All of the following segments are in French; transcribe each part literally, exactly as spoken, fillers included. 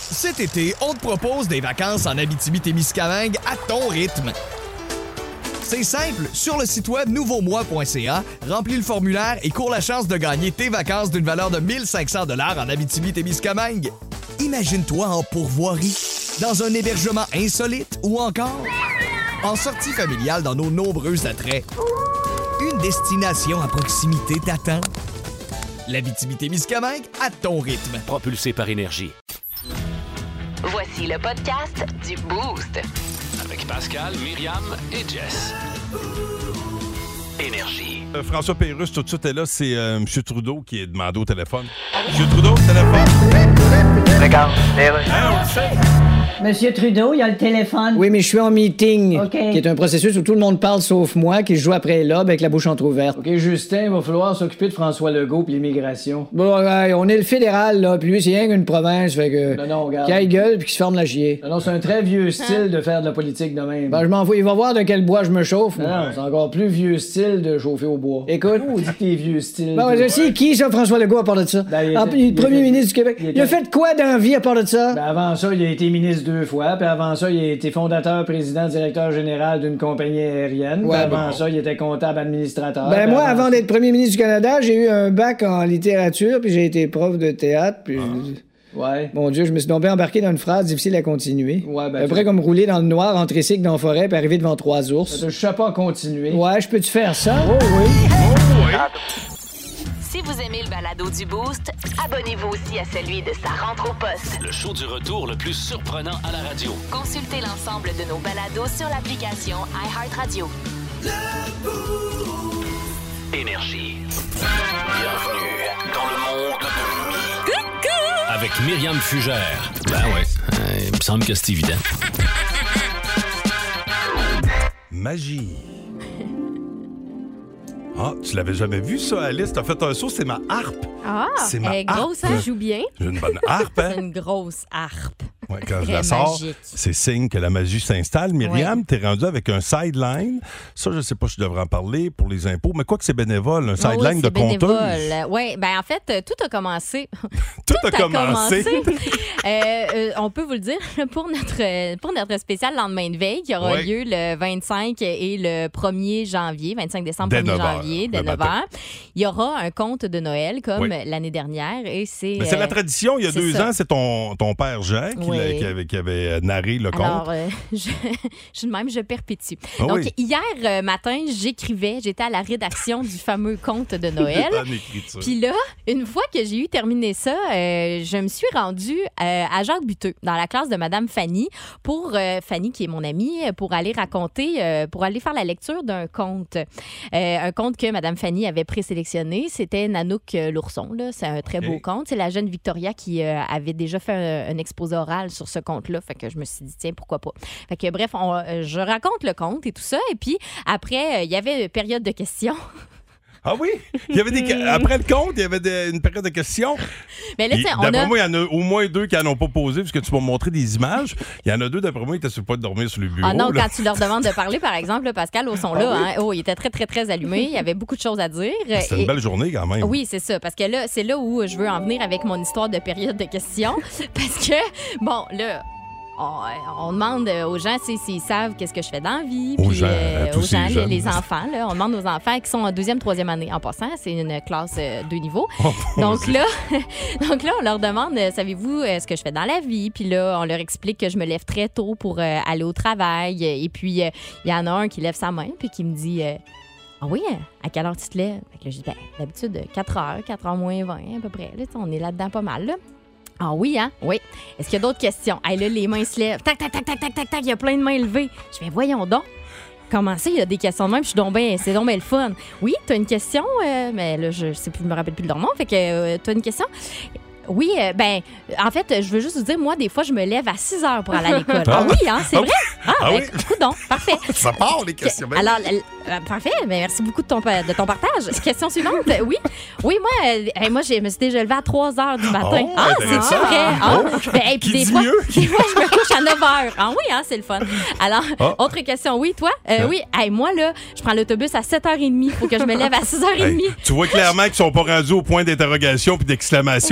Cet été, on te propose des vacances en Abitibi-Témiscamingue à ton rythme. C'est simple, sur le site web nouveau moi point c a, remplis le formulaire et cours la chance de gagner tes vacances d'une valeur de mille cinq cents dollars en Abitibi-Témiscamingue. Imagine-toi en pourvoirie, dans un hébergement insolite ou encore en sortie familiale dans nos nombreux attraits. Une destination à proximité t'attend. L'Abitibi-Témiscamingue à ton rythme. Propulsé par Énergie. Voici le podcast du Boost. Avec Pascal, Myriam et Jess. Énergie. Euh, François Pérusse, tout de suite est là. C'est euh, M. Trudeau qui est demandé au téléphone. M. Trudeau, téléphone. Regarde, Hein, on le sait. Monsieur Trudeau, il y a le téléphone. Oui, mais je suis en meeting, OK. qui est un processus où tout le monde parle sauf moi, qui joue après l'aube avec la bouche entrouverte. OK, Justin, il va falloir s'occuper de François Legault puis l'immigration. Bon, ouais, on est le fédéral, là, puis lui, c'est rien qu'une province, fait que... Non, non, regarde. Qu'il gueule puis qu'il se ferme la chier. Non, non, c'est un très vieux style de faire de la politique de même. Ben, je m'en fous, il va voir de quel bois je me chauffe. Non, non, c'est encore plus vieux style de chauffer au bois. Écoute... Oh, dit que t'es vieux style. Ben, ouais, si, qui, ça, François Legault, à part de ça? Ben, il, était, ah, il est premier il ministre du Québec. Il, il a fait quoi dans la vie, à part de ça? Ben, avant ça, il a été ministre deux fois, puis avant ça, il a été fondateur, président, directeur général d'une compagnie aérienne. Ouais, avant bon. ça, il était comptable administrateur. Ben moi, avant, avant d'être premier ministre du Canada, j'ai eu un bac en littérature, puis j'ai été prof de théâtre, puis... Ah. Ouais. Mon Dieu, je me suis donc bien embarqué dans une phrase difficile à continuer. Ouais, ben... Après, comme rouler dans le noir, entrer cycle dans la forêt, puis arriver devant trois ours. Je sais pas continuer. Ouais, je peux-tu faire ça? Oh oui. Oh oui. Si vous aimez le balado du Boost, abonnez-vous aussi à celui de Sa rentre au poste. Le show du retour le plus surprenant à la radio. Consultez l'ensemble de nos balados sur l'application iHeartRadio. Énergie. Bienvenue dans le monde de Mi. Avec Myriam Fugère. Ben ouais, euh, il me semble que c'est évident. Magie. Ah, tu l'avais jamais vu, ça, Alice? T'as fait un saut, c'est ma harpe. Ah, c'est ma elle est grosse, harpe. elle joue bien. J'ai une bonne harpe, hein? C'est une grosse harpe. Ouais, quand je Très la sors, magique. c'est signe que la magie s'installe. Myriam, Ouais. t'es rendue avec un sideline. Ça, je sais pas si je devrais en parler pour les impôts, mais quoi que c'est bénévole, un sideline oui, de c'est bénévole. conteuse. Oui, bien en fait, tout a commencé. Tout, a, commencé. euh, euh, on peut vous le dire, pour notre, pour notre spécial lendemain de veille, qui aura Ouais. lieu le vingt-cinq et le premier janvier, vingt-cinq décembre, Dès premier neuf heures, janvier, dès le neuf matin. heures. Il y aura un conte de Noël comme Oui. l'année dernière. Et c'est, Mais c'est euh, la tradition. Il y a c'est deux ça. ans, c'est ton, ton père Jean qui, Oui. l'a- qui avait, qui avait narré le conte. Alors, euh, je, je suis de même, je perpétue. Ah Donc, oui. hier euh, matin, j'écrivais, j'étais à la rédaction du fameux conte de Noël. Bonne écriture. Puis là, une fois que j'ai eu terminé ça, euh, je me suis rendue euh, à Jacques Buteux, dans la classe de Madame Fanny, pour euh, Fanny, qui est mon amie, pour aller raconter, euh, pour aller faire la lecture d'un conte. Euh, un conte que Madame Fanny avait présélectionné. C'était Nanook euh, l'ourson. Là. C'est un très beau Ok. conte. C'est la jeune Victoria qui euh, avait déjà fait un, un exposé oral sur ce conte-là. Fait que je me suis dit, tiens, pourquoi pas. Fait que bref, on, euh, je raconte le conte et tout ça. Et puis après, euh, il y avait une période de questions. Ah oui? Il y avait des... Après le conte, il y avait des- une période de questions. Mais là, tu sais, on D'après a... moi, il y en a au moins deux qui n'en ont pas posé, puisque tu m'as montré des images. Il y en a deux, d'après moi, qui étaient sur le point de dormir sur le bureau. Ah non, là. quand tu leur demandes de parler, par exemple, là, Pascal, au son là, hein, oh, il était très, très, très allumé. Il y avait beaucoup de choses à dire. C'était Et- une belle journée quand même. Oui, c'est ça. Parce que là, c'est là où je veux en venir avec mon histoire de période de questions. Parce que, bon, là... On, on demande aux gens tu sais, s'ils savent qu'est-ce que je fais dans la vie. Aux puis, gens, à tous aux ces gens, les, jeunes. les enfants. Là, on demande aux enfants qui sont en deuxième, troisième année. En passant, c'est une classe euh, deux niveaux. Oh, donc, là, donc là, on leur demande, euh, savez-vous euh, ce que je fais dans la vie? Puis là, on leur explique que je me lève très tôt pour euh, aller au travail. Et puis, euh, il y en a un qui lève sa main puis qui me dit... euh, ah oui, à quelle heure tu te lèves? Fait que là, je dis, ben, d'habitude, quatre heures, quatre heures moins vingt à peu près. Là, tu sais, on est là-dedans pas mal, là. Ah oui, hein? Oui. Est-ce qu'il y a d'autres questions? Hey, là, les mains se lèvent. Tac, tac, tac, tac, tac, tac, tac. Il y a plein de mains levées. Je vais, voyons donc. Comment ça, il y a des questions de même? Je suis donc ben, c'est donc ben le fun. Oui, t'as une question? Euh, mais là, je sais plus, je me rappelle plus de leur nom. Fait que, euh, t'as une question? Oui, euh, ben, en fait, je veux juste vous dire, moi, des fois, je me lève à six heures pour aller à l'école. Ah, Ah oui, hein, c'est ah vrai? Ah, Ah ben, oui? coudonc, parfait. Ça part, les questions. Ben Alors, euh, parfait, mais merci beaucoup de ton, de ton partage. Question suivante, oui. Oui, moi, euh, hey, moi, je me suis déjà levée à trois heures du matin. Oh, ah, intéressant. c'est vrai? Ah, Oh, ben, hey, puis qui des dit fois, mieux? des fois, je me couche à neuf heures. Ah oui, hein, c'est le fun. Alors, Oh. autre question, oui, toi? Euh, oui, hey, moi, là, je prends l'autobus à sept heures trente. Il faut que je me lève à six heures trente. Hey, tu vois clairement qu'ils sont pas rendus au point d'interrogation puis d'exclamation. Là. Ça,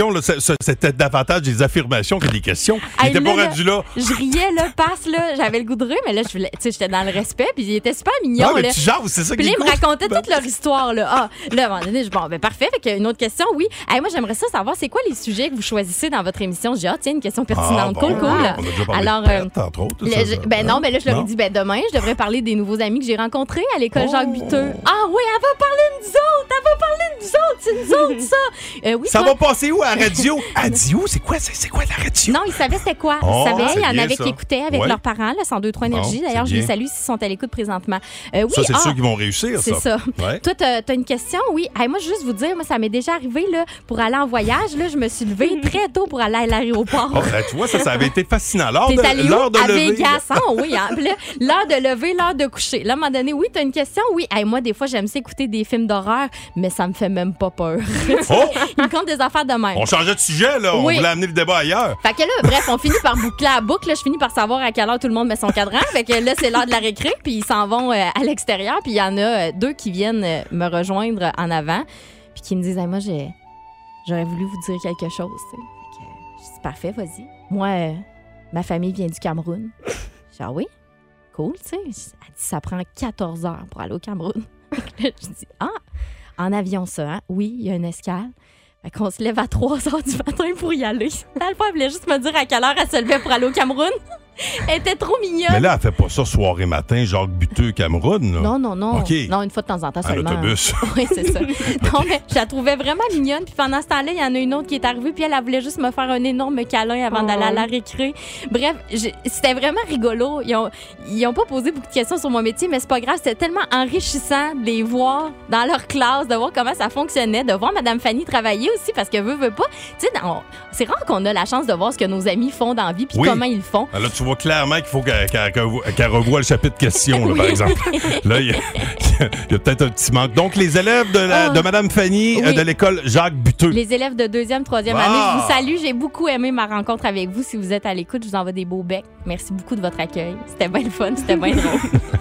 c'était davantage des affirmations que des questions. Il Hey, était là, pas là, rendu là. Je riais, là, passe, là. J'avais le goût de rire, mais là, je voulais- tu sais, j'étais dans le respect, puis il était super mignon, Non, mais là. tu jases, c'est ça Puis qui là, est il me cool. racontait toute leur histoire, là. Ah, là, à un moment donné, je bon, ben parfait. Fait qu'une autre question, oui. Hey, moi, j'aimerais ça savoir, c'est quoi les sujets que vous choisissez dans votre émission? Je dis, ah, tiens, une question pertinente. Ah, bon. Cool, cool. On a déjà parlé Alors, de euh, pète, entre autres. Le- ça, je- ça. ben non, ben là, je leur ai Non? dit, ben demain, je devrais parler des nouveaux amis que j'ai rencontrés à l'école Oh. Jacques Buteux. Ah oui, elle va parler de nous autres! Elle va parler de nous autres! C'est nous autres, ça! Euh, oui, Ça toi- va passer où à la radio? À radio, c'est quoi, c'est, c'est quoi la radio? Non, ils savaient c'était quoi. Oh, Ils savaient, c'est il y en bien, avait ça. qui écoutaient avec Ouais. leurs parents, là, cent deux trois Énergie. Bon, D'ailleurs, c'est je les bien. salue s'ils sont à l'écoute présentement. Euh, oui, Ça, c'est ah, ceux qui vont réussir, c'est ça. ça. Ouais. Toi, t'as as une question? Oui. Hey, moi, je veux juste vous dire, moi, ça m'est déjà arrivé, là, pour aller en voyage, là, je me suis levée très tôt pour aller à l'aéroport. Oh, ben, tu vois, ça, ça avait été fascinant. L'heure T'es de, allé où? l'heure de À lever. Vegas, hein? Oui, hein? Puis là, l'heure de lever, l'heure de coucher. Là, à un moment donné, oui, t'as une question? Oui. Hey, moi, des fois, j'aime ça écouter des films d'horreur, mais ça me fait même pas peur. Oh! Il me compte des affaires de même. On changeait de sujet, là. Oui. On voulait amener le débat ailleurs. Fait que là, bref, on finit par boucler la boucle. Là, je finis par savoir à quelle heure tout le monde met son cadran. Fait que là, c'est l'heure de la récré, puis ils s'en vont euh, à l'extérieur. Puis il y en a euh, deux qui viennent euh, me rejoindre en avant, puis qui me disent hey, moi, j'ai... j'aurais voulu vous dire quelque chose. Tu sais. Fait que, je dis parfait, vas-y. Moi, euh, ma famille vient du Cameroun. Je dis ah oui? Cool, tu sais. Elle dit ça prend quatorze heures pour aller au Cameroun. Je dis ah, en avion, ça, hein? Oui, il y a une escale. Fait qu'on se lève à trois heures du matin pour y aller. Dans le fond, elle voulait juste me dire à quelle heure elle se levait pour aller au Cameroun. Elle était trop mignonne. Mais là, elle fait pas ça soirée-matin, Jacques Buteux, Cameroun, là. Non, non, non. OK. Non, une fois de temps en temps En seulement. autobus. Oui, c'est ça. Non, mais je la trouvais vraiment mignonne. Puis pendant ce temps-là, il y en a une autre qui est arrivée, puis elle, elle voulait juste me faire un énorme câlin avant d'aller à la récré. Bref, je- c'était vraiment rigolo. Ils ont, ils ont pas posé beaucoup de questions sur mon métier, mais c'est pas grave. C'était tellement enrichissant de les voir dans leur classe, de voir comment ça fonctionnait, de voir Mme Fanny travailler aussi, parce que veut, veut pas. Tu sais, dans- c'est rare qu'on a la chance de voir ce que nos amis font dans la vie, puis Oui. comment ils le font. Là, tu vois clairement qu'il faut qu'elle, qu'elle- qu'elle- qu'elle revoie le chapitre questions, là, par exemple. Là, il y a, il y a peut-être un petit manque. Donc, les élèves de, la- Oh. de Mme Fanny, Oui. euh, de l'école Jacques Buteux. Les élèves de deuxième, troisième Ah! année, je vous salue. J'ai beaucoup aimé ma rencontre avec vous. Si vous êtes à l'écoute, je vous envoie des beaux becs. Merci beaucoup de votre accueil. C'était bien le fun, c'était bien drôle.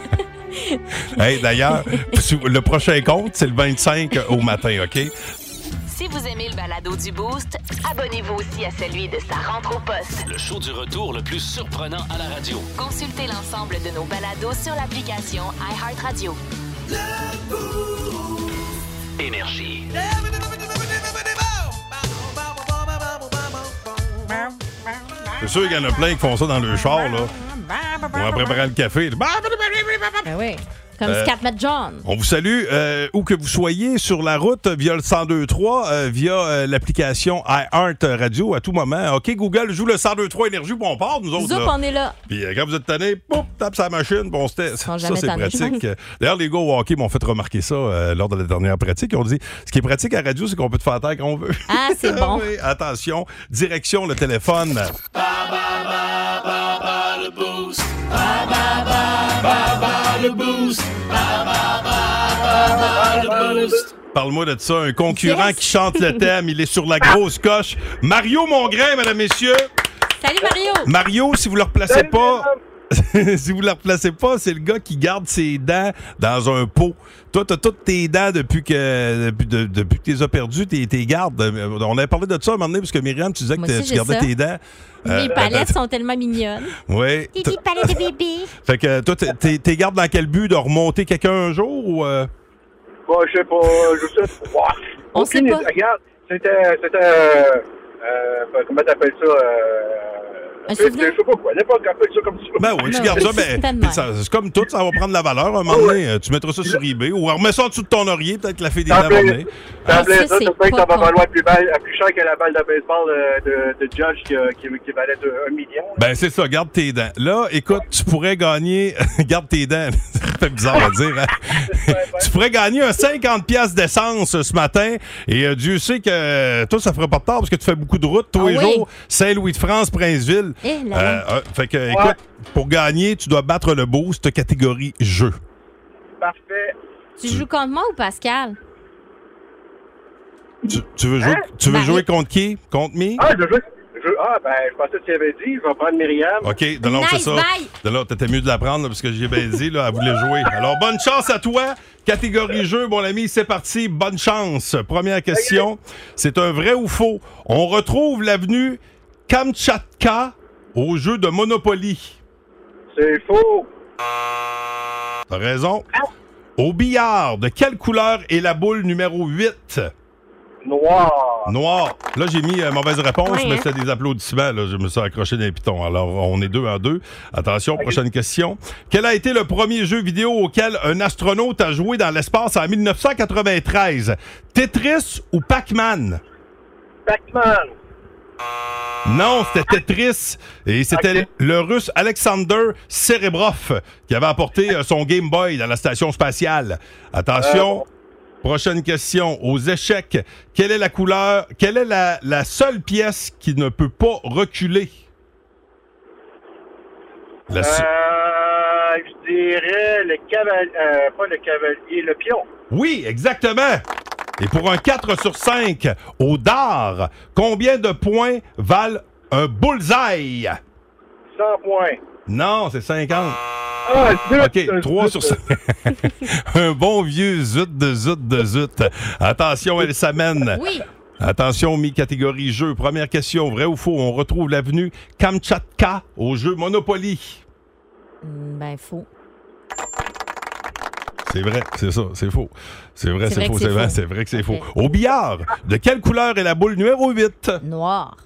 Hey, d'ailleurs, le prochain compte, c'est le vingt-cinq au matin, OK? Si vous aimez le balado du Boost, abonnez-vous aussi à celui de sa rentre au poste. Le show du retour le plus surprenant à la radio. Consultez l'ensemble de nos balados sur l'application iHeartRadio. Énergie. C'est sûr qu'il y en a plein qui font ça dans le char, là. On va préparer le café. Ben oui. Comme Euh, Scatman John. On vous salue euh, où que vous soyez sur la route via le cent deux trois, euh, via euh, l'application iHeart Radio à tout moment. OK, Google, joue le cent deux trois Énergie, puis on part, nous autres. Zoup, là. on est là. Puis euh, quand vous êtes tanné, pouf, tape sa machine, puis on se tait. Ça, jamais c'est tannés, pratique. je D'ailleurs, les gars au hockey m'ont fait remarquer ça euh, lors de la dernière pratique. Ils ont dit, ce qui est pratique à la radio, c'est qu'on peut te faire taire quand on veut. Ah, c'est bon. Oui, attention, direction le téléphone. Parle-moi de ça, un concurrent Yes. qui chante le thème, il est sur la grosse coche. Mario Mongrain, mesdames, messieurs. Salut Mario. Mario, si vous le replacez pas, si vous le replacez pas, c'est le gars qui garde ses dents dans un pot. Toi, t'as toutes tes dents depuis que depuis, de- depuis que tu les as perdues, t'es tes gardes. On avait parlé de ça à un moment donné, parce que Myriam, tu disais Moi que aussi, tu j'ai gardais ça. tes dents. Mes Euh, palettes sont tellement mignonnes. Oui. Titi palette de bébé. Fait que toi, t'es- t'es t'es gardes dans quel but? De remonter quelqu'un un jour ou... euh? Bon, je sais pas, je sais pas. On Aucune sait pas. idée. Regarde, c'était, c'était, euh, euh, comment t'appelles ça? Euh, Un je souvenir? sais pas quoi, n'importe quoi, appelle ça comme ça. Ben oui, tu Ben gardes oui, ça, ben, c'est ben, ça- c'est comme tout, ça va prendre de la valeur. Un moment donné, euh, tu mettras ça sur eBay ou remets ça en dessous de ton oreiller, peut-être que la fille des dents va venir. Ça Ah, plaît, ça, ça, c'est ça fait que pas ça va con. valoir plus, belle, plus cher que la balle de baseball euh, de, de Judge qui, a- qui, qui valait de un million. Ben, c'est ça, garde tes dents. Là, écoute, tu pourrais gagner... garde tes dents. Ça fait bizarre à dire, hein? Tu pourrais gagner un cinquante piastres d'essence euh, ce matin. Et euh, Dieu sait que euh, toi, ça ferait pas de tort parce que tu fais beaucoup de routes tous Ah les oui. jours. Saint-Louis-de-France, Princeville. Eh là là. Euh, euh, fait que, écoute, pour gagner, tu dois battre le boost catégorie jeu. Parfait. Tu joues contre moi ou Pascal? Tu, tu veux jouer, Hein? tu veux Marie- jouer contre qui? Contre me? Ah, je veux, je, ah, ben, je pensais que tu avais dit, je vais prendre Myriam. OK, de là, c'est Nice, ça. bye. De là, t'étais mieux de la prendre là, parce que j'ai bien dit, là, elle voulait jouer. Alors, bonne chance à toi. Catégorie jeu, mon ami, c'est parti. Bonne chance. Première question. C'est un vrai ou faux? On retrouve l'avenue Kamtchatka au jeu de Monopoly. C'est faux. T'as raison. Au billard, de quelle couleur est la boule numéro huit? Noir. Noir. Là, j'ai mis euh, mauvaise réponse, Ouais, mais hein? c'était des applaudissements. Là. Je me suis accroché dans les pitons. Alors, on est deux en deux. Attention, prochaine question. Quel a été le premier jeu vidéo auquel un astronaute a joué dans l'espace en dix-neuf cent quatre-vingt-treize? Tetris ou Pac-Man? Pac-Man. Non, c'était Tetris. Et c'était Ok. le Russe Alexander Serebrov qui avait apporté euh, son Game Boy dans la station spatiale. Attention. Euh, Prochaine question. Aux échecs, quelle est la couleur, quelle est la, la seule pièce qui ne peut pas reculer? La se- Euh, je dirais le cavalier, euh, pas le cavalier, le pion. Oui, exactement. Et pour un quatre sur cinq, au dard, combien de points valent un bullseye? cent points. Non, c'est cinquante. Ah, zut, OK, trois sur cinq. Un bon vieux zut de zut de zut. Attention, elle s'amène. Oui. Attention, mi-catégorie jeu. Première question, vrai ou faux? On retrouve l'avenue Kamtchatka au jeu Monopoly. Mm, Ben, faux. C'est vrai, c'est ça, c'est faux. C'est vrai, C'est c'est vrai faux, que c'est c'est vrai, faux. c'est vrai que c'est Ok. faux. Au billard, de quelle couleur est la boule numéro huit? Noir.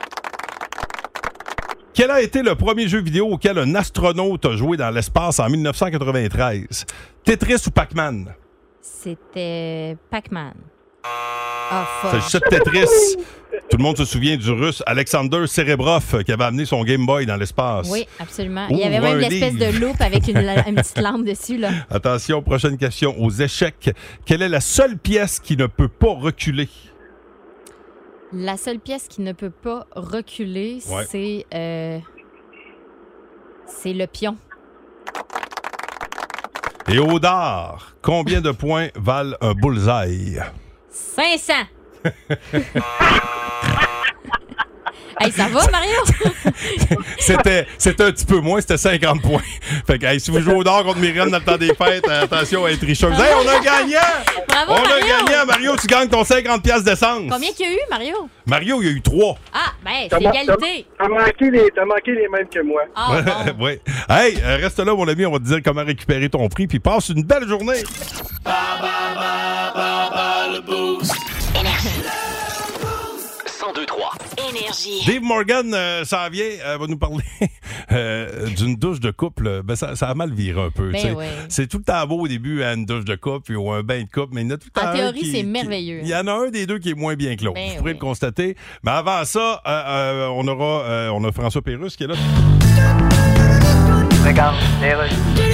Quel a été le premier jeu vidéo auquel un astronaute a joué dans l'espace en dix-neuf cent quatre-vingt-treize? Tetris ou Pac-Man? C'était Pac-Man. Ah, fuck. C'est juste Tetris. Tout le monde se souvient du Russe Alexander Serebrov qui avait amené son Game Boy dans l'espace. Oui, absolument. Il y avait Ouvre même un l'espèce livre. de loupe avec une, la- une petite lampe dessus, là. Attention, prochaine question. Aux échecs, quelle est la seule pièce qui ne peut pas reculer? La seule pièce qui ne peut pas reculer, Ouais. c'est... euh, c'est le pion. Et au dard, combien de points valent un bullseye? cinq cents! Hey, ça va, Mario? C'était, c'était un petit peu moins, c'était cinquante points. Fait que hey, si vous jouez au dard contre Myriam dans le temps des fêtes, euh, attention à être tricheuse. Hey, on a gagné! Bravo, On a Mario! gagné! Mario, tu gagnes ton cinquante piastres d'essence. Combien qu'il y a eu, Mario? Mario, il y a eu trois. Ah, ben, T'as c'est ma- égalité. T'as t'as manqué les, t'as manqué les mêmes que moi. Ah, bon. Ouais. Hey, euh, reste là, mon ami, on va te dire comment récupérer ton prix, puis passe une belle journée. cent deux trois. Énergie. Dave Morgan euh, s'en vient, euh, va nous parler euh, d'une douche de couple. Ben, ça, ça a mal viré un peu. Ben tu sais. ouais. C'est tout le temps beau au début, à une douche de couple ou un bain de couple, mais il y en a tout le En temps un théorie, qui- c'est qui- merveilleux. Il y en a un des deux qui est moins bien que l'autre. Ben Vous pourrez oui. le constater. Mais avant ça, euh, euh, on aura euh, on a François Pérusse qui est là. Regarde, les Russes.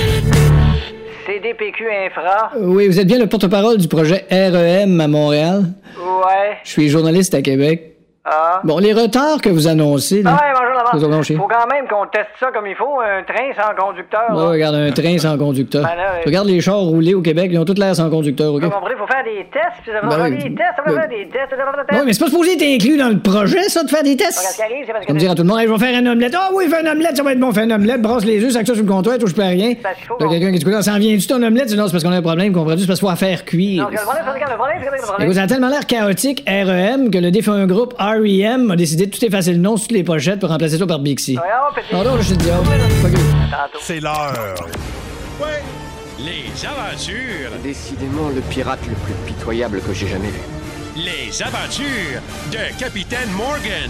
C D P Q Infra. Oui, vous êtes bien le porte-parole du projet R E M à Montréal. Ouais. Je suis journaliste à Québec. Ah. Bon, les retards que vous annoncez, Ah là. ouais, bonjour Ils ont d'abord. lâché. Faut quand même qu'on teste ça comme il faut, un train sans conducteur. Ouais, là. regarde, un train sans conducteur. Ben là, Tu regardes les chars roulés au Québec, ils ont toutes l'air sans conducteur, OK? Vous comprenez, faut faire des tests, puis ça va Ben faire oui. des tests, ça va Ben- faire des tests, ça va faire des Oui, tests. mais c'est pas supposé être inclus dans le projet, ça, de faire des tests? Regarde, ce qui arrive, c'est parce que... Comme dire à tout le monde, hey, je vais faire un omelette. Ah oui, fais un omelette, ça va être bon, fais un omelette, brasse les œufs, sac ça sur le comptoir, touche pas à rien. Parce qu'il faut T'as qu'on- quelqu'un qui dit, ça en vient-tu ton omelette? Non, c'est parce qu'on a un problème, comprends-tu? C'est parce qu'il faut la faire cuire. Non, regarde, le problème, c'est que le problème, c'est que le Écoute, problème... ça a tellement l'air chaotique, R E M, que le défunt groupe R E M a décidé de tout effacer le nom sur toutes les pochettes pour remplacer ça par Bixi. Ouais, oh, petit... Pardon, je te dis, oh, fuck you. Tantôt. C'est l'heure. Ouais. Les aventures, Décidément le pirate le plus pitoyable que j'ai jamais vu. les aventures de Capitaine Morgan.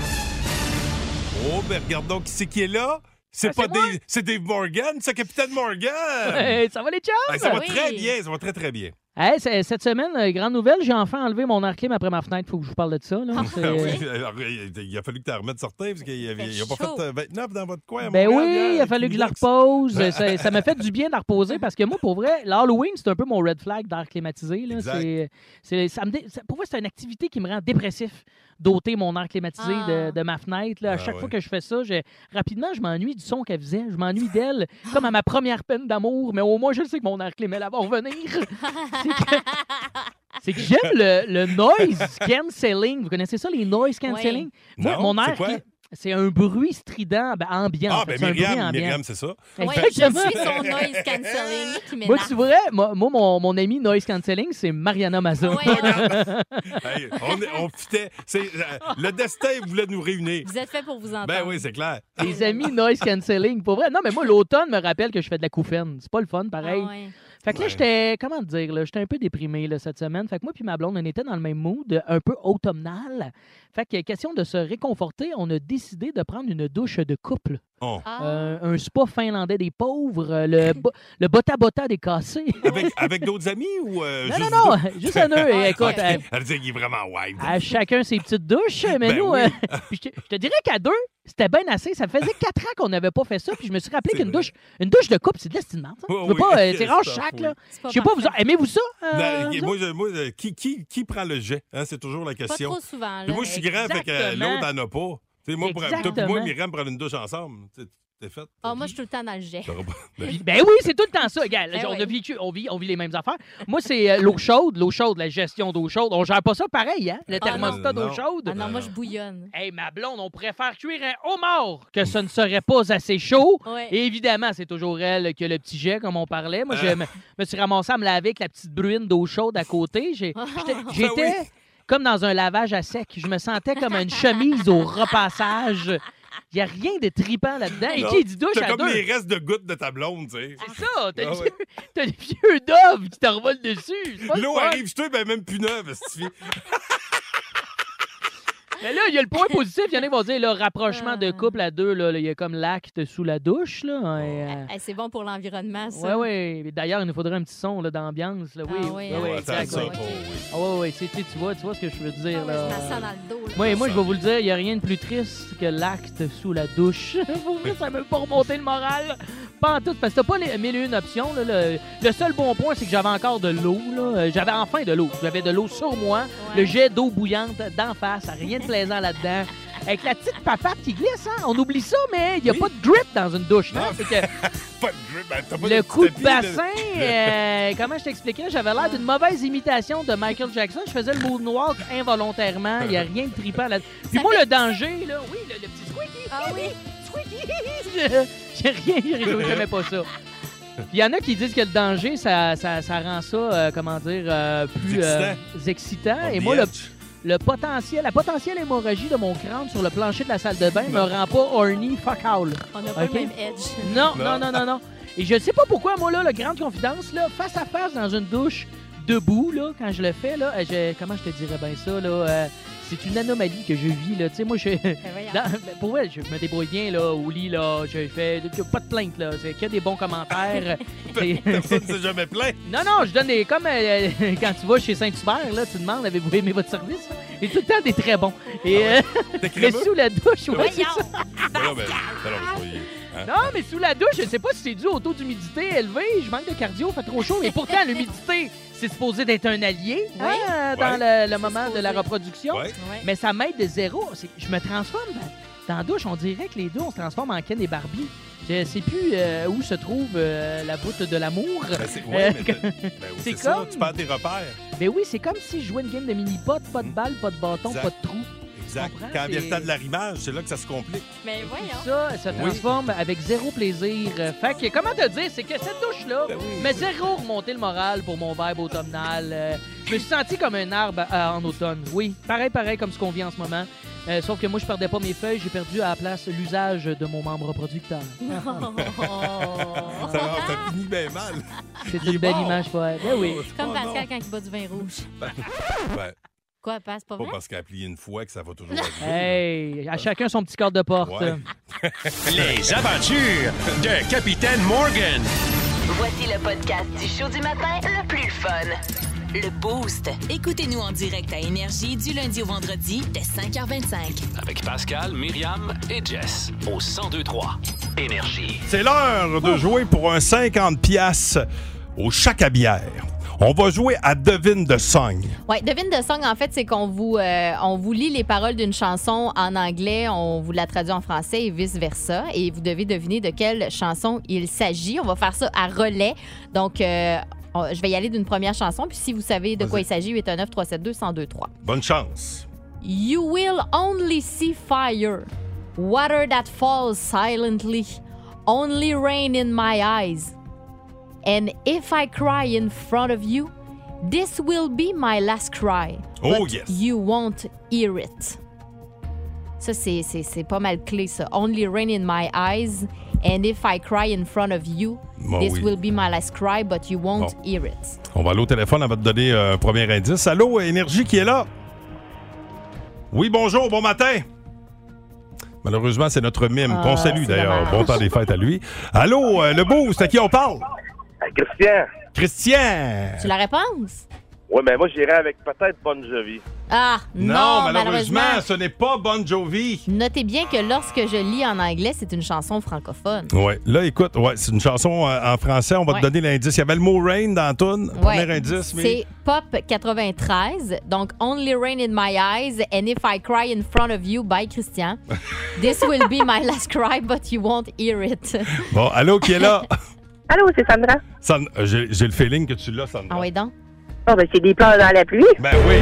Oh, ben regardons qui c'est qui est là. C'est Ah, pas c'est moi? Dave, c'est Dave Morgan, c'est Capitaine Morgan. Hey, ça va les chums? Hey, ça va Oui. très bien, ça va très très bien. Hey, c'est- cette semaine, euh, grande nouvelle, j'ai enfin enlevé mon air clim après ma fenêtre. Faut que je vous parle de ça. Là. C'est- Ah oui, alors, il il a fallu que tu la remettes certains parce qu'il n'y a, il y a pas chaud. fait euh, vingt-neuf dans votre coin. à Ben Montréal, oui, hier, il a fallu que je la Kleenex. repose. ça ça m'a fait du bien de la reposer parce que moi, pour vrai, l'Halloween, c'est un peu mon red flag d'air climatisé. Là. Exact. C'est, c'est, ça me dé- ça- pour moi, c'est une activité qui me rend dépressif d'ôter mon air climatisé Ah. de, de ma fenêtre. Là. À Ah chaque ouais. fois que je fais ça, je- rapidement, je m'ennuie du son qu'elle faisait. Je m'ennuie d'elle, comme à ma première peine d'amour. Mais au moins, je sais que mon air clim, elle va revenir. C'est que, c'est que j'aime le, le noise cancelling. Vous connaissez ça, les noise cancelling? Non, Moi, mon c'est air quoi? clim- C'est un bruit strident ben, ambiant. Ah, en fait. ben C'est un bruit Myriam, ambiant. Myriam, c'est ça. Oui, je Exactement. suis son noise cancelling qui Moi, m'énerve. tu vois, moi, moi, mon, mon ami noise cancelling, c'est Mariana Mazza. Ouais, hein. Hey, on, est- on fitait. C'est, euh, le destin voulait nous réunir. Vous êtes fait pour vous entendre. Ben oui, c'est clair. Les amis noise cancelling, pour vrai. Non, mais moi, l'automne me rappelle que je fais de la couffaine. C'est pas le fun, pareil. Ah ouais. Fait que là, Ouais. j'étais, comment te dire, là, j'étais un peu déprimé là, cette semaine. Fait que moi puis ma blonde, on était dans le même mood, un peu automnal. Fait que question de se réconforter, on a décidé de prendre une douche de couple. Oh. Ah. Euh, un spa finlandais des pauvres, euh, le, bo- le bota-bota des cassés. Avec, avec d'autres amis ou euh, non, juste non, non, vous deux? juste à nous. Et écoute, Ok. euh, Elle dit qu'il est vraiment wild. à chacun ses petites douches, mais Ben nous, oui. euh, puis je, te, je te dirais qu'à deux, c'était bien assez. Ça faisait quatre ans qu'on n'avait pas fait ça, puis je me suis rappelé C'est qu'une vrai. douche, une douche de couple, c'est de l'estimement. Oui, Tu veux oui, pas, euh, c'est quel rare stuff, chaque, oui. là. C'est pas Je sais pas, vous, parfait. aimez-vous ça? euh, Ben, vous moi, autres? je- moi, euh, qui, qui, qui prend le jet? Hein, c'est toujours la Pas question. trop souvent. Là. Puis moi, je suis grand, fait que euh, Exactement. l'autre n'en a pas. Tu sais, moi, pour, toi et Exactement. moi, Myriam prendre une douche ensemble. Tu sais, T'es fait. Ah, moi, je suis tout le temps dans le jet. T'auras pas- Puis, ben oui, c'est tout le temps ça. Regarde, Ben on, oui. a vécu, on, vit, on vit les mêmes affaires. Moi, c'est euh, l'eau chaude, l'eau chaude, la gestion d'eau chaude. On gère pas ça pareil, hein? Le Ah, thermostat non. d'eau chaude. Ah non, moi, je bouillonne. Hey, ma blonde, on préfère cuire un homard que ce ne serait pas assez chaud. Ouais. Et évidemment, c'est toujours elle qui a le petit jet, comme on parlait. Moi, je me, me suis ramassé à me laver avec la petite bruine d'eau chaude à côté. J'ai- j'étais- J'étais oui. comme dans un lavage à sec. Je me sentais comme une chemise au repassage. Il n'y a rien de tripant là-dedans. Et Non, qui dit douche T'as à comme deux? les restes de gouttes de ta blonde, tu sais. C'est ça, t'as Ah des ouais. vieux- t'as des vieux doves qui te revolent dessus. C'est pas le L'eau fun. arrive sur toi, ben même plus neuve, cette fille. Mais là, il y a le point positif. Il y en a qui vont dire, le rapprochement de couple à deux, là, là, il y a comme l'acte sous la douche. Là, et, euh, Eh, c'est bon pour l'environnement, ça. ouais, ouais. D'ailleurs, il nous faudrait un petit son là, d'ambiance. Là. Oui, Ah oui, ouais, hein. ouais, Ouais, exact, attends ça, ouais. pas, oui. Ah ouais, ouais, c'est- tu sais, tu vois, tu vois ce que je veux dire. Ah ouais, là. je me sens dans le dos. Là. Ouais, moi, je vais vous le dire, il n'y a rien de plus triste que l'acte sous la douche. Pour vrai, ça m'a pas remonté le moral. Pas en tout, parce que t'as pas les mille et une options. Là, le, le seul bon point, c'est que j'avais encore de l'eau. là. Euh, J'avais enfin de l'eau. J'avais de l'eau sur moi. Ouais. Le jet d'eau bouillante d'en face. Rien de plaisant là-dedans. Avec la petite papate qui glisse, hein? On oublie ça, mais il n'y a Oui. pas de grip dans une douche. hein? Non. C'est que Pas de grip, ben, t'as pas le de coup de petit tapis, bassin, là. euh, comment je t'expliquais, j'avais l'air d'une mauvaise imitation de Michael Jackson. Je faisais le moonwalk involontairement. Il n'y a rien de trippant là. Puis Ça moi, fait- le danger, là, oui, le, le petit squeaky. Ah oui? Squeaky. J'ai rien, j'aimais pas ça. Puis il y en a qui disent que le danger, ça, ça, ça rend ça, euh, comment dire, euh, plus euh, excitant. On Et the moi, le, edge. le potentiel, la potentielle hémorragie de mon crâne sur le plancher de la salle de bain me rend pas horny fuck all. On n'a pas Ok. le même edge. Non, Non. non, non, non, non. Et je sais pas pourquoi, moi, là, le grande confidence, là, face à face dans une douche, debout, là, quand je le fais, là, euh, je- comment je te dirais bien ça, là, euh, c'est une anomalie que je vis, là. Tu sais, moi, je... Ben voyons. Dans- ben, pour vrai, je me débrouille bien là, au lit, là. Je fais pas de plainte, là. C'est que des bons commentaires. C'est- Personne ne s'est jamais plaint. non, non, je donne des. Comme euh, quand tu vas chez Saint-Hubert, là, tu demandes avez-vous aimé votre service? Et tout le temps des très bons. Et euh, T'es mais crémeux? sous la douche, ouais, c'est ça. Voyons. Ben non, ben, ben non, mais soyez- hein? Non, mais sous la douche, je sais pas si c'est dû au taux d'humidité élevé, je manque de cardio, fait trop chaud. Et pourtant, l'humidité, c'est supposé d'être un allié Oui. hein, dans Ouais. le, le moment de la supposé. reproduction. Ouais. Ouais. Mais ça m'aide de zéro. C'est- Je me transforme dans, dans la douche. On dirait que les deux, on se transforme en Ken et Barbie. Je sais plus euh, où se trouve euh, la voûte de l'amour. Ben, c'est ouais, Euh, mais t'as- ben oui, c'est c'est ça, comme- tu perds tes repères. Ben oui, c'est comme si je jouais une game de mini-pot, pas de balle, pas de bâton, Exact. pas de trou. Exact. comprends, Quand vient le c'est- temps de l'arrimage, c'est là que ça se complique. Mais Tout voyons. ça se Oui. transforme avec zéro plaisir. Euh, Fait que, comment te dire, c'est que cette douche-là Ben oui. mais zéro remonter le moral pour mon vibe automnal. Euh, je me suis senti comme un arbre euh, en automne. Oui, pareil, pareil comme ce qu'on vit en ce moment. Euh, sauf que moi, je perdais pas mes feuilles, j'ai perdu à la place l'usage de mon membre reproducteur. Ça, ça finit bien mal. C'est Il est une belle mort. image, ouais. Ben oui. Comme Oh, Pascal non. quand il boit du vin rouge. Ben, Quoi, passe pas pas vrai? parce qu'elle a plié une fois que ça va toujours arriver. Hey, à chacun son petit cadre de porte. Ouais. Les aventures de Capitaine Morgan. Voici le podcast du show du matin le plus fun. Le Boost. Écoutez-nous en direct à Énergie du lundi au vendredi dès cinq heures vingt-cinq. Avec Pascal, Myriam et Jess au cent deux trois Énergie. C'est l'heure de jouer pour un cinquante piastres au Chac à bière. On va jouer à Devine de Song. Oui, Devine de Song, en fait, c'est qu'on vous, euh, on vous lit les paroles d'une chanson en anglais, on vous la traduit en français et vice-versa. Et vous devez deviner de quelle chanson il s'agit. On va faire ça à relais. Donc, euh, on- je vais y aller d'une première chanson. Puis si vous savez de quoi Vas-y. il s'agit, huit un neuf, trois sept deux, un zéro deux trois. Bonne chance. You will only see fire. Water that falls silently, only rain in my eyes. And if I cry in front of you, this will be my last cry. Oh, but yes. you won't hear it. Ça, c'est, c'est, c'est pas mal clé, ça. Only rain in my eyes, and if I cry in front of you, Bon, this oui. will be my last cry, but you won't Bon. hear it. On va aller au téléphone, on va te donner un premier indice. Allô, Énergie qui est là? Oui, bonjour, bon matin. Malheureusement, c'est notre mime, Ah, qu'on salue c'est d'ailleurs. dommage. Bon temps des fêtes à lui. Allô, euh, le Boost, à qui on parle? Christian. Christian. Tu la réponse? Oui, mais moi, j'irais avec peut-être Bon Jovi. Ah, non, Non, malheureusement. malheureusement, ce n'est pas Bon Jovi. Notez bien que lorsque je lis en anglais, c'est une chanson francophone. Ouais, là, écoute, ouais, c'est une chanson euh, en français. On va Ouais. te donner l'indice. Il y avait le mot rain dans la toune. Ouais. Premier indice, mais. C'est Pop quatre-vingt-treize, donc Only Rain in My Eyes and If I Cry in Front of You by Christian. This will be my last cry, but you won't hear it. Bon, allô, qui est là? Allô, c'est Sandra. San- euh, J'ai j'ai le feeling que tu l'as, Sandra. Ah oui, donc? Oh, ben, c'est des pleurs dans la pluie. Ben oui.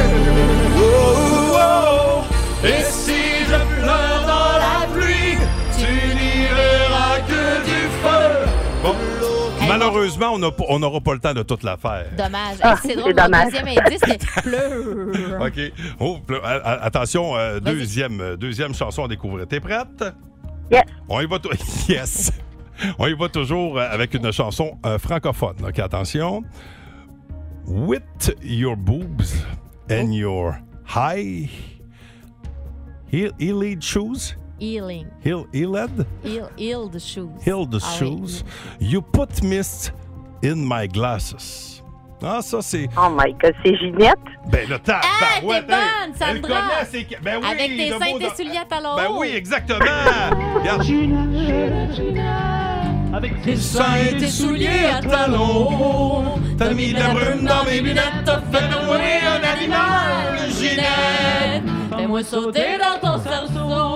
Et si je pleure dans la pluie, tu n'iras que du feu. Bon. Malheureusement, on n'a pas- on n'aura pas le temps de toute la faire. Dommage. Ah, Hey, c'est drôle, c'est mon dommage. deuxième indice, c'est pleure. OK. Oh, ple- a- a- attention, euh, deuxième, euh, deuxième chanson à découvrir. T'es prête? Yes. On y va, tou- yes. On y va toujours euh, avec une chanson euh, francophone. OK, attention. With your boobs and your high heel, heeled shoes. Healing. Heel, heeled? Heal, heal the shoes. Heeled Ah oui. shoes. You put mist in my glasses. Ah, ça, c'est... Oh my God, c'est Ginette. Ben, le temps. Ah, t'es bonne, Elle Sandra! connaît ses... Ben oui, Avec tes le seins mot et tes de- souliers à talons Ben hauts. oui, exactement. Regarde. Avec tes seins et tes souliers à talons, t'as mis de la brume dans mes lunettes, t'as fait de moi un animal, Ginette. Fais-moi sauter dans ton cerceau.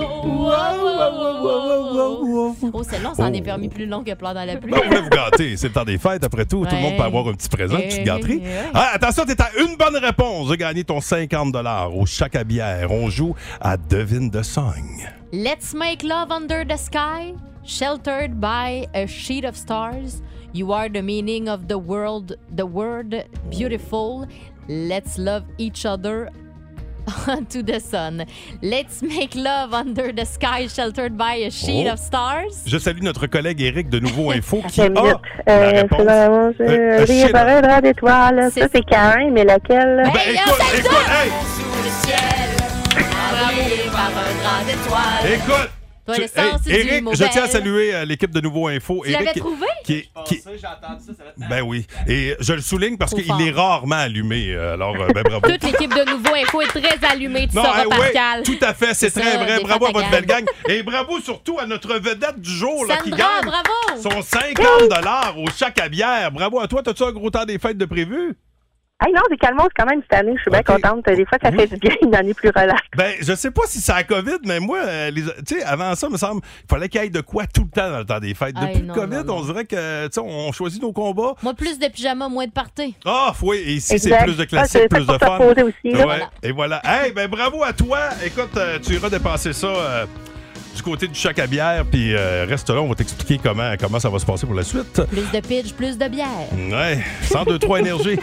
Oh, celle-là, on s'en est permis plus long que pleurs dans la pluie. Ben, on voulait vous gâter. C'est le temps des fêtes. Après tout, tout le monde peut Ouais. avoir un petit présent, une petite gâterie. Ouais. Ah, attention, t'es à une bonne réponse de gagner ton cinquante dollars au Chac à bière. On joue à Devine de Song. Let's make love under the sky, sheltered by a sheet of stars. You are the meaning of the world, the word beautiful. Let's love each other to the sun. Let's make love under the sky, sheltered by a sheet Oh. of stars. Je salue notre collègue Éric de Nouveau Info qui Attends une a minute. la Euh, réponse. c'est vraiment, Euh, euh, euh, Rire shit. par un drap d'étoiles. Ça, c'est Cain, mais laquelle? Ben, écoute, écoute, hey! Sous le ciel, envoyé par un drap d'étoiles. Écoute! Toi, tu- l'essence, c'est du Éric, mot je tiens à belle. saluer euh, l'équipe de Nouveau Info. Tu l'avais Éric, trouvé? Qui est, qui- J'ai entendu ça, ça va être... Ben oui. Et je le souligne parce Trop qu'il fort. est rarement allumé. euh, Alors, euh, ben bravo. Toute l'équipe de Nouveau Info est très allumée, tu Non, sauras, eh, ouais, Pascal. tout à fait, c'est C'est très ça, vrai. des Bravo à fêtes à votre belle gang. gang. Et bravo surtout à notre vedette du jour là, qui Sandra, gagne bravo! son cinquante dollars au Chac à bière. Bravo à toi. T'as-tu un gros temps des fêtes de prévu? Hey, non, c'est calmos quand même cette année. Je suis bien contente. Des fois, ça fait du bien une année plus relax. Ben, je sais pas si c'est la COVID, mais moi, euh, les- tu sais, avant ça, il me semble, il fallait qu'il y ait de quoi tout le temps dans le temps des fêtes. Aïe, Depuis non, le COVID, non, non. on dirait que, tu sais, on choisit nos combats. Moi, plus de pyjama, moins de party. Ah, oui, et ici, c'est Exact. plus de Ah, classiques, c'est plus fait de pour fun. te reposer aussi, là. Ouais, Voilà. et voilà. Hey, ben bravo à toi. Écoute, euh, tu iras dépasser ça euh, du côté du Chac à bière, puis euh, reste là, on va t'expliquer comment, comment ça va se passer pour la suite. Plus de pitch, plus de bière. Ouais, cent deux trois énergie.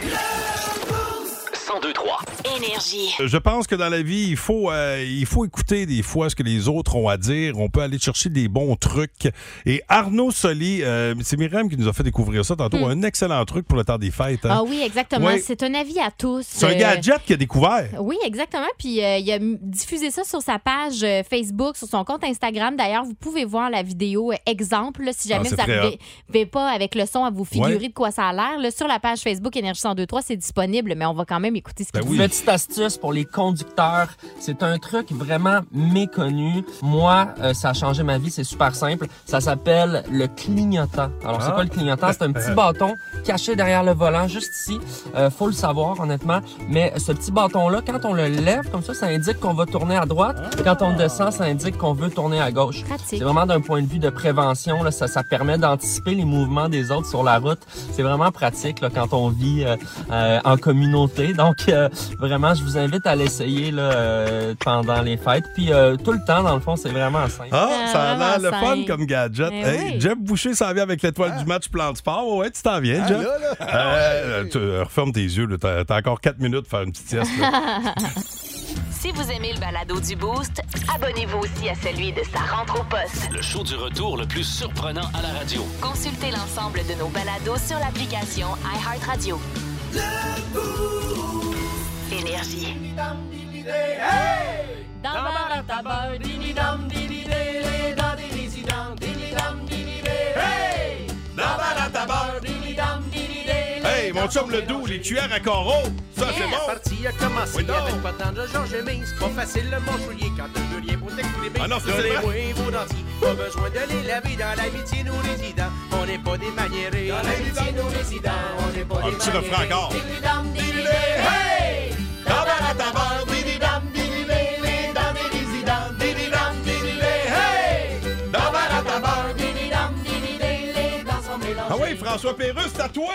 cent deux trois. Énergie. Je pense que dans la vie, il faut, euh, il faut écouter des fois ce que les autres ont à dire. On peut aller chercher des bons trucs. Et Arnaud Soli, euh, c'est Myriam qui nous a fait découvrir ça tantôt. Un excellent truc pour le temps des fêtes. Hein? Ah oui, exactement. Oui. C'est un avis à tous. C'est un Euh, gadget qu'il a découvert. Oui, exactement. Puis euh, il a m- diffusé ça sur sa page euh, Facebook, sur son compte Instagram. D'ailleurs, vous pouvez voir la vidéo euh, exemple, là, si jamais Ah, c'est vous très n'arrivez pas avec le son à vous figurer Ouais. de quoi ça a l'air. Là, sur la page Facebook Énergie cent deux trois, c'est disponible, mais on va quand même écouter ce qu'il dit. Petite astuce pour les conducteurs, c'est un truc vraiment méconnu. Moi, euh, ça a changé ma vie, c'est super simple. Ça s'appelle le clignotant. Alors, c'est Ah. quoi le clignotant? C'est un petit bâton caché derrière le volant, juste ici. Euh, faut le savoir, honnêtement. Mais ce petit bâton-là, quand on le lève comme ça, ça indique qu'on va tourner à droite. Quand on le descend, ça indique qu'on veut tourner à gauche. C'est vraiment d'un point de vue de prévention. Là, ça, ça permet d'anticiper les mouvements des autres sur la route. C'est vraiment pratique là, quand on vit euh, euh, en communauté. Donc, euh, Vraiment, je vous invite à l'essayer là, euh, pendant les fêtes. Puis euh, tout le temps, dans le fond, c'est vraiment simple. Ah, ça a l'air le simple. fun comme gadget. Eh Hey, oui. Jeff Boucher s'en vient avec l'étoile Ah. du match Plan de Sport. Ouais, tu t'en viens, Ah, Jeff. là, là. Euh, tu euh, referme tes yeux. là. T'as, t'as encore quatre minutes pour faire une petite sieste. là. Si vous aimez le balado du Boost, abonnez-vous aussi à celui de sa rentre au poste. Le show du retour le plus surprenant à la radio. Consultez l'ensemble de nos balados sur l'application iHeartRadio. Énergie. Hey, mon chum le doux, les cuillères à coraux. Ça, c'est La bon. partie a commencé Oui, donc. avec pas tant de Georges Mise. Pas facile le manchouiller quand tu veux rien pour t'exprimer. Ah non, ça, c'est vrai. Donnez-moi vos dentiers. Pas besoin de les laver dans l'amitié, nous résidents. On n'est pas des maniérés. Dans l'amitié, nous résidents. On n'est pas Un des petit refrain maniérés. encore. Dili-dam, dili-lé, hey! Dabba-da-dabba, dili-dam, dili-lé, les dents des résidents. Dili-dam, dili-lé, hey! Dabba-da-dabba, dili-dam, dili-lé, les dents sont mélangées. Ah oui, François Pérusse, c'est à toi.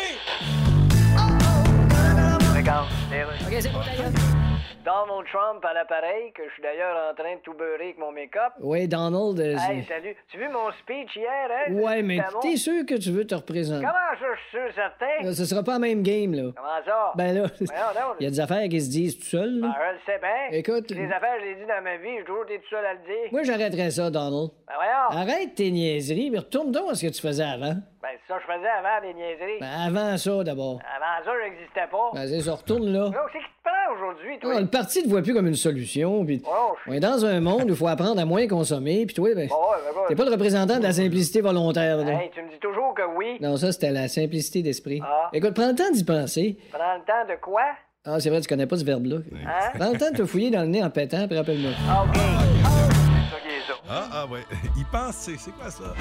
Regarde, OK, c'est bon, d'ailleurs. Donald Trump à l'appareil, que je suis d'ailleurs en train de tout beurrer avec mon make-up. Oui, Donald. euh, Hey, c'est- salut. Tu as vu mon speech hier, hein? Ouais, mais C'était bon? t'es sûr que tu veux te représenter? Comment ça, je suis sûr, certain? Là, ce sera pas la même game, là. Comment ça? Ben là, Voyons donc. il y a des affaires qui se disent tout seul. Ben, là. je le sais bien. Écoute- Les affaires, je les dis dans ma vie, j'ai toujours été tout seul à le dire. Moi, j'arrêterais ça, Donald. Ben, voyons. Arrête tes niaiseries, mais retourne donc à ce que tu faisais avant. Ben, c'est ça que je faisais avant, des niaiseries. Ben, avant ça, d'abord. Avant ça, j'existais pas. Ben, c'est ça, retourne là. Donc, c'est qui te prend aujourd'hui, toi? Ah, le parti te voit plus comme une solution, puis Oh, je- on est dans un monde où il faut apprendre à moins consommer, puis toi, ben, Bon, ouais, ben, ben, t'es pas le représentant de la simplicité volontaire, là. Hey, tu me dis toujours que oui. Non, ça, c'était la simplicité d'esprit. Ah. Écoute, prends le temps d'y penser. Prends le temps de quoi? Ah, c'est vrai, tu connais pas ce verbe-là. Hein? Prends le temps de te fouiller dans le nez en pétant, puis rappelle-moi. Ah, OK. C'est ça qui est ça. Ah, ah ouais. Il pense, c'est, c'est quoi ça?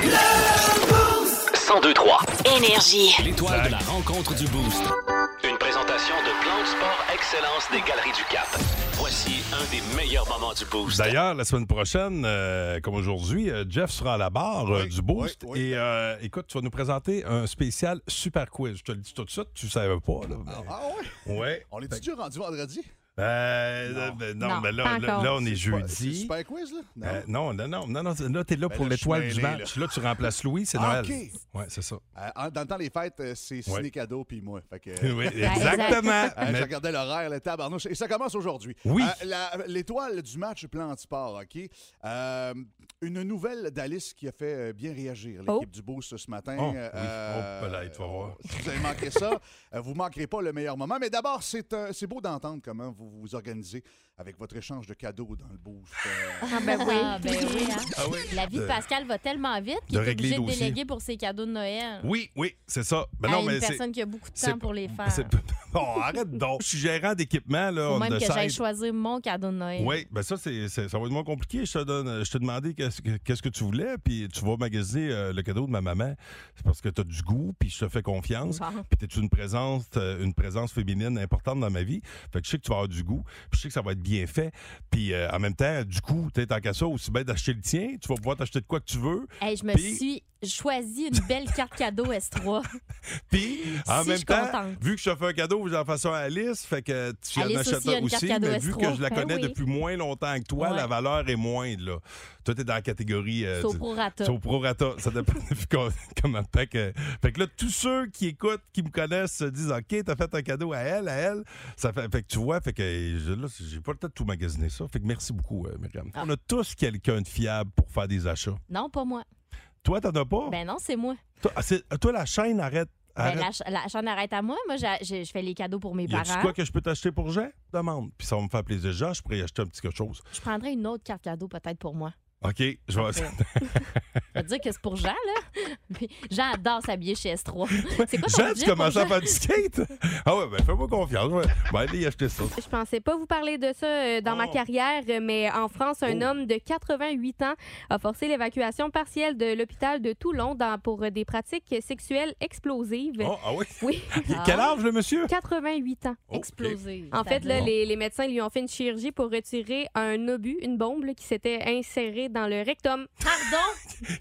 cent deux trois. Énergie. L'étoile de la rencontre du Boost. Une présentation de Plan de Sport Excellence des Galeries du Cap. Voici un des meilleurs moments du Boost. D'ailleurs, la semaine prochaine, euh, comme aujourd'hui, euh, Jeff sera à la barre euh, Oui, du Boost. oui, oui. Et euh, écoute, tu vas nous présenter un spécial super quiz. Je te le dis tout de suite, tu ne savais pas. Là, mais- Ah ouais? Ouais. On est-tu déjà rendu vendredi? Euh, Non. ben, non, Non, mais là, pas là, encore. là, on est C'est pas- c'est jeudi. super quiz, là? Non. Euh, non, non, non, non, non, là, t'es là Ben pour là, je suis l'étoile du mêlé, match. Là. tu remplaces Louis, c'est Ah, Noël. OK. Ouais, c'est ça. Euh, en- dans le temps des fêtes, euh, c'est ciné Ouais. cadeau puis moi. Fait que, Oui, exact. exactement. Euh, Mais- Je regardais l'horaire, le tabarnouche, et ça commence aujourd'hui. Oui. Euh, la- L'étoile du match Plan de Sport, OK? Euh, une nouvelle d'Alice qui a fait euh, bien réagir l'équipe Oh. du Boost ce matin. Oh, oui. Euh, Oh, ben là, tu vas voir. Si vous avez manqué ça, euh, vous ne manquerez pas le meilleur moment. Mais d'abord, c'est euh, c'est beau d'entendre comment vous vous organisez avec votre échange de cadeaux dans le Boost. Euh, Ah, ben oui. Ah, ben oui, hein. Ah oui. La vie de De- Pascal va tellement vite qu'il de est régler obligé le de dossier. déléguer pour ses cadeaux de Noël. Oui, oui, c'est ça. Ben à non, une mais c'est- personne qui a beaucoup de c'est temps pour les faire. c'est- Bon, arrête donc. Je suis gérant d'équipement. Là, Faut on même the que j'aille side. choisir mon cadeau de Noël. Oui, ben ça, c'est, c'est- ça va être moins compliqué. Je te donne, je t'ai demandé qu'est-ce que, qu'est-ce que tu voulais, puis tu vas magasiner euh, le cadeau de ma maman. C'est parce que tu as du goût, puis je te fais confiance. Wow. Puis tu es une présence, euh, une présence féminine importante dans ma vie. Fait que je sais que tu vas avoir du goût, puis je sais que ça va être bien fait. Puis euh, en même temps, du coup, tu tant qu'à ça, aussi bien d'acheter le tien. Tu vas pouvoir t'acheter de quoi que tu veux. Hey, je me Puis- suis choisi une belle carte cadeau S trois. Puis, en Si, je même suis temps, contente. vu que je te fais un cadeau, j'en fais ça à Alice, fait que tu en Alice achètes aussi a un une carte aussi, cadeau mais S vu trois. que je la Ben connais oui. depuis moins longtemps que toi, Ouais. la valeur est moindre, là. Toi, t'es dans la catégorie... euh, C'est au du- prorata. C'est au prorata. Ça dépend de com- comment... Fait que, fait que là, tous ceux qui écoutent, qui me connaissent, se disent « OK, t'as fait un cadeau à elle, à elle. » Ça fait, fait que tu vois, fait que je- là, j'ai pas le temps de tout magasiner ça. Fait que merci beaucoup, euh, Myriam. Ah. On a tous quelqu'un de fiable pour faire des achats. Non, pas moi. Toi, t'en as pas? Ben non, c'est moi. Toi, ah, c'est- toi, la chaîne arrête... Ben, arrête. la, ch- la chaîne arrête à moi. Moi, j'ai- j'ai- je fais les cadeaux pour mes Y a-tu parents. quoi que je peux t'acheter pour Jean? Demande. Puis ça va me faire plaisir. Jean, je pourrais y acheter un petit quelque chose. Je prendrais une autre carte cadeau peut-être pour moi. OK, je vais... Parfait. Je vais te dire que c'est pour Jean, là. Puis Jean adore s'habiller chez S trois. C'est quoi ton Jean, budget tu commences pour à Jean? faire du skate? Ah ouais, ben fais-moi confiance. Ouais. Ben, allez y acheter ça. Je pensais pas vous parler de ça euh, dans ma Oh. carrière, euh, mais en France, un Oh. homme de quatre-vingt-huit ans a forcé l'évacuation partielle de l'hôpital de Toulon dans- pour euh, des pratiques sexuelles explosives. Oh, ah oui? Oui. Quel âge, le monsieur? quatre-vingt-huit ans. Oh, Explosé. En fait, là, C'est-à-dire? les, les médecins lui ont fait une chirurgie pour retirer un obus, une bombe là, qui s'était insérée dans le rectum. Pardon?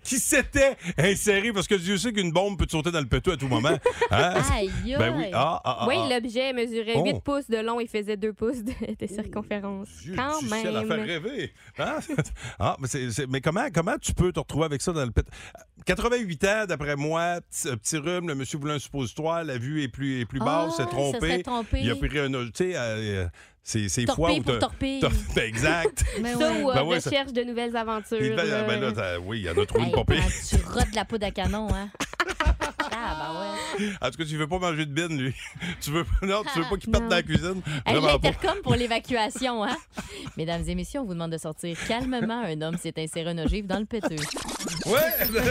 qui s'était inséré, parce que Dieu sait qu'une bombe peut te sauter dans le pétou à tout moment. Hein? Aïe, aïe. Ben oui. Ah, ah, ah, oui, ah. l'objet mesurait Oh. huit pouces de long et faisait deux pouces de, de circonférence. Dieu Quand du même. ciel, à faire rêver. Hein? Ah, mais, c'est, c'est- mais comment, comment tu peux te retrouver avec ça dans le pétou? quatre-vingt-huit ans, d'après moi, petit, petit rhume, le monsieur voulait un suppositoire, la vue est plus, est plus basse, Ah, s'est ça trompé. serait trompé. Il a pris un... Tu sais, euh, c'est, c'est Torpille fois où pour t'as- torpille. t'as- Ben, exact. Ça ou euh, Ben ouais, ça- recherche de nouvelles aventures. Il va- là. ben là, t'as- oui, il y en a trop une Hey, popée. quand tu rotes la poudre à canon, hein? Ah, ben ouais. En tout cas, tu veux pas manger de bine, lui. Tu veux, non, tu veux pas qu'il parte dans la cuisine. Hey, Vraiment pas. l'intercom pour l'évacuation, hein? Mesdames et messieurs, on vous demande de sortir calmement. Un homme s'est inséré une ogive dans le péteux. Ouais!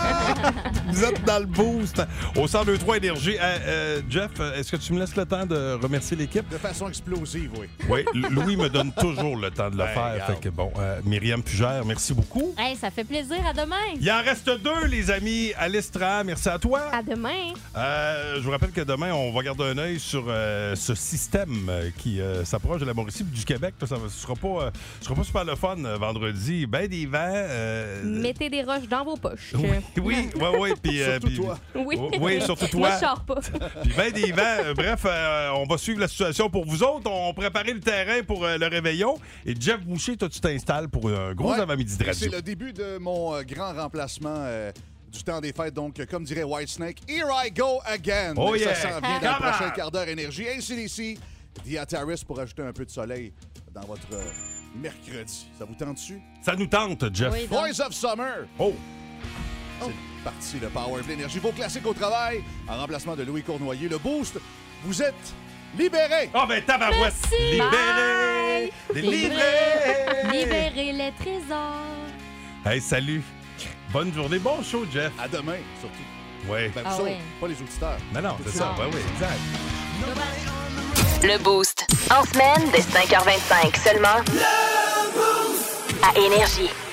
Vous êtes dans le boost. Au cent deux trois Énergie. Euh, euh, Jeff, est-ce que tu me laisses le temps de remercier l'équipe? De façon explosive, oui. Oui, Louis me donne toujours le temps de le Ben, faire. regarde. Fait que bon, euh, Myriam Fugère, merci beaucoup. Hey, ça fait plaisir. À demain. Il en reste deux, les amis. Alice Tra, merci à toi. À demain. Euh, je vous rappelle que demain, on va garder un œil sur euh, ce système euh, qui euh, s'approche de la Mauricie et du Québec. Là, ça ne sera, pas, euh, ce sera pas super le fun euh, vendredi. Ben des vents. euh, Mettez des roches dans vos poches. Oui, oui, oui. oui, puis, euh, Surtout puis- toi. Oui. Oui, surtout toi. Moi, je sors pas. Puis ben des vents. Euh, bref, euh, on va suivre la situation pour vous autres. On préparait le terrain pour euh, le réveillon. Et Jeff Boucher, toi, tu t'installes pour un gros Ouais. avant-midi de Et C'est radio. le début de mon euh, grand remplacement euh, du temps des fêtes. Donc, euh, comme dirait Whitesnake, here I go again. Oh yeah. Ça s'en vient dans le Come prochain on. quart d'heure énergie. A C D C, Diataris pour ajouter un peu de soleil dans votre euh, mercredi. Ça vous tente dessus? Ça nous tente, Jeff. Oui, donc. Boys of Summer. Oh! C'est parti, le Power of l'énergie. Vos classiques au travail, en remplacement de Louis Cournoyer. Le Boost, vous êtes libérés. Ah, ben tabarouette! Merci. Libéré! Délivré! Libérez les trésors. Hey, salut! Bonne journée. Bon show, Jeff. À demain, surtout. Oui. Ben, Ah vous autres, ouais. pas les auditeurs. Non, non, c'est ça. Non. Ben oui, exact. Le Boost. En semaine, dès cinq heures vingt-cinq seulement. À Énergie.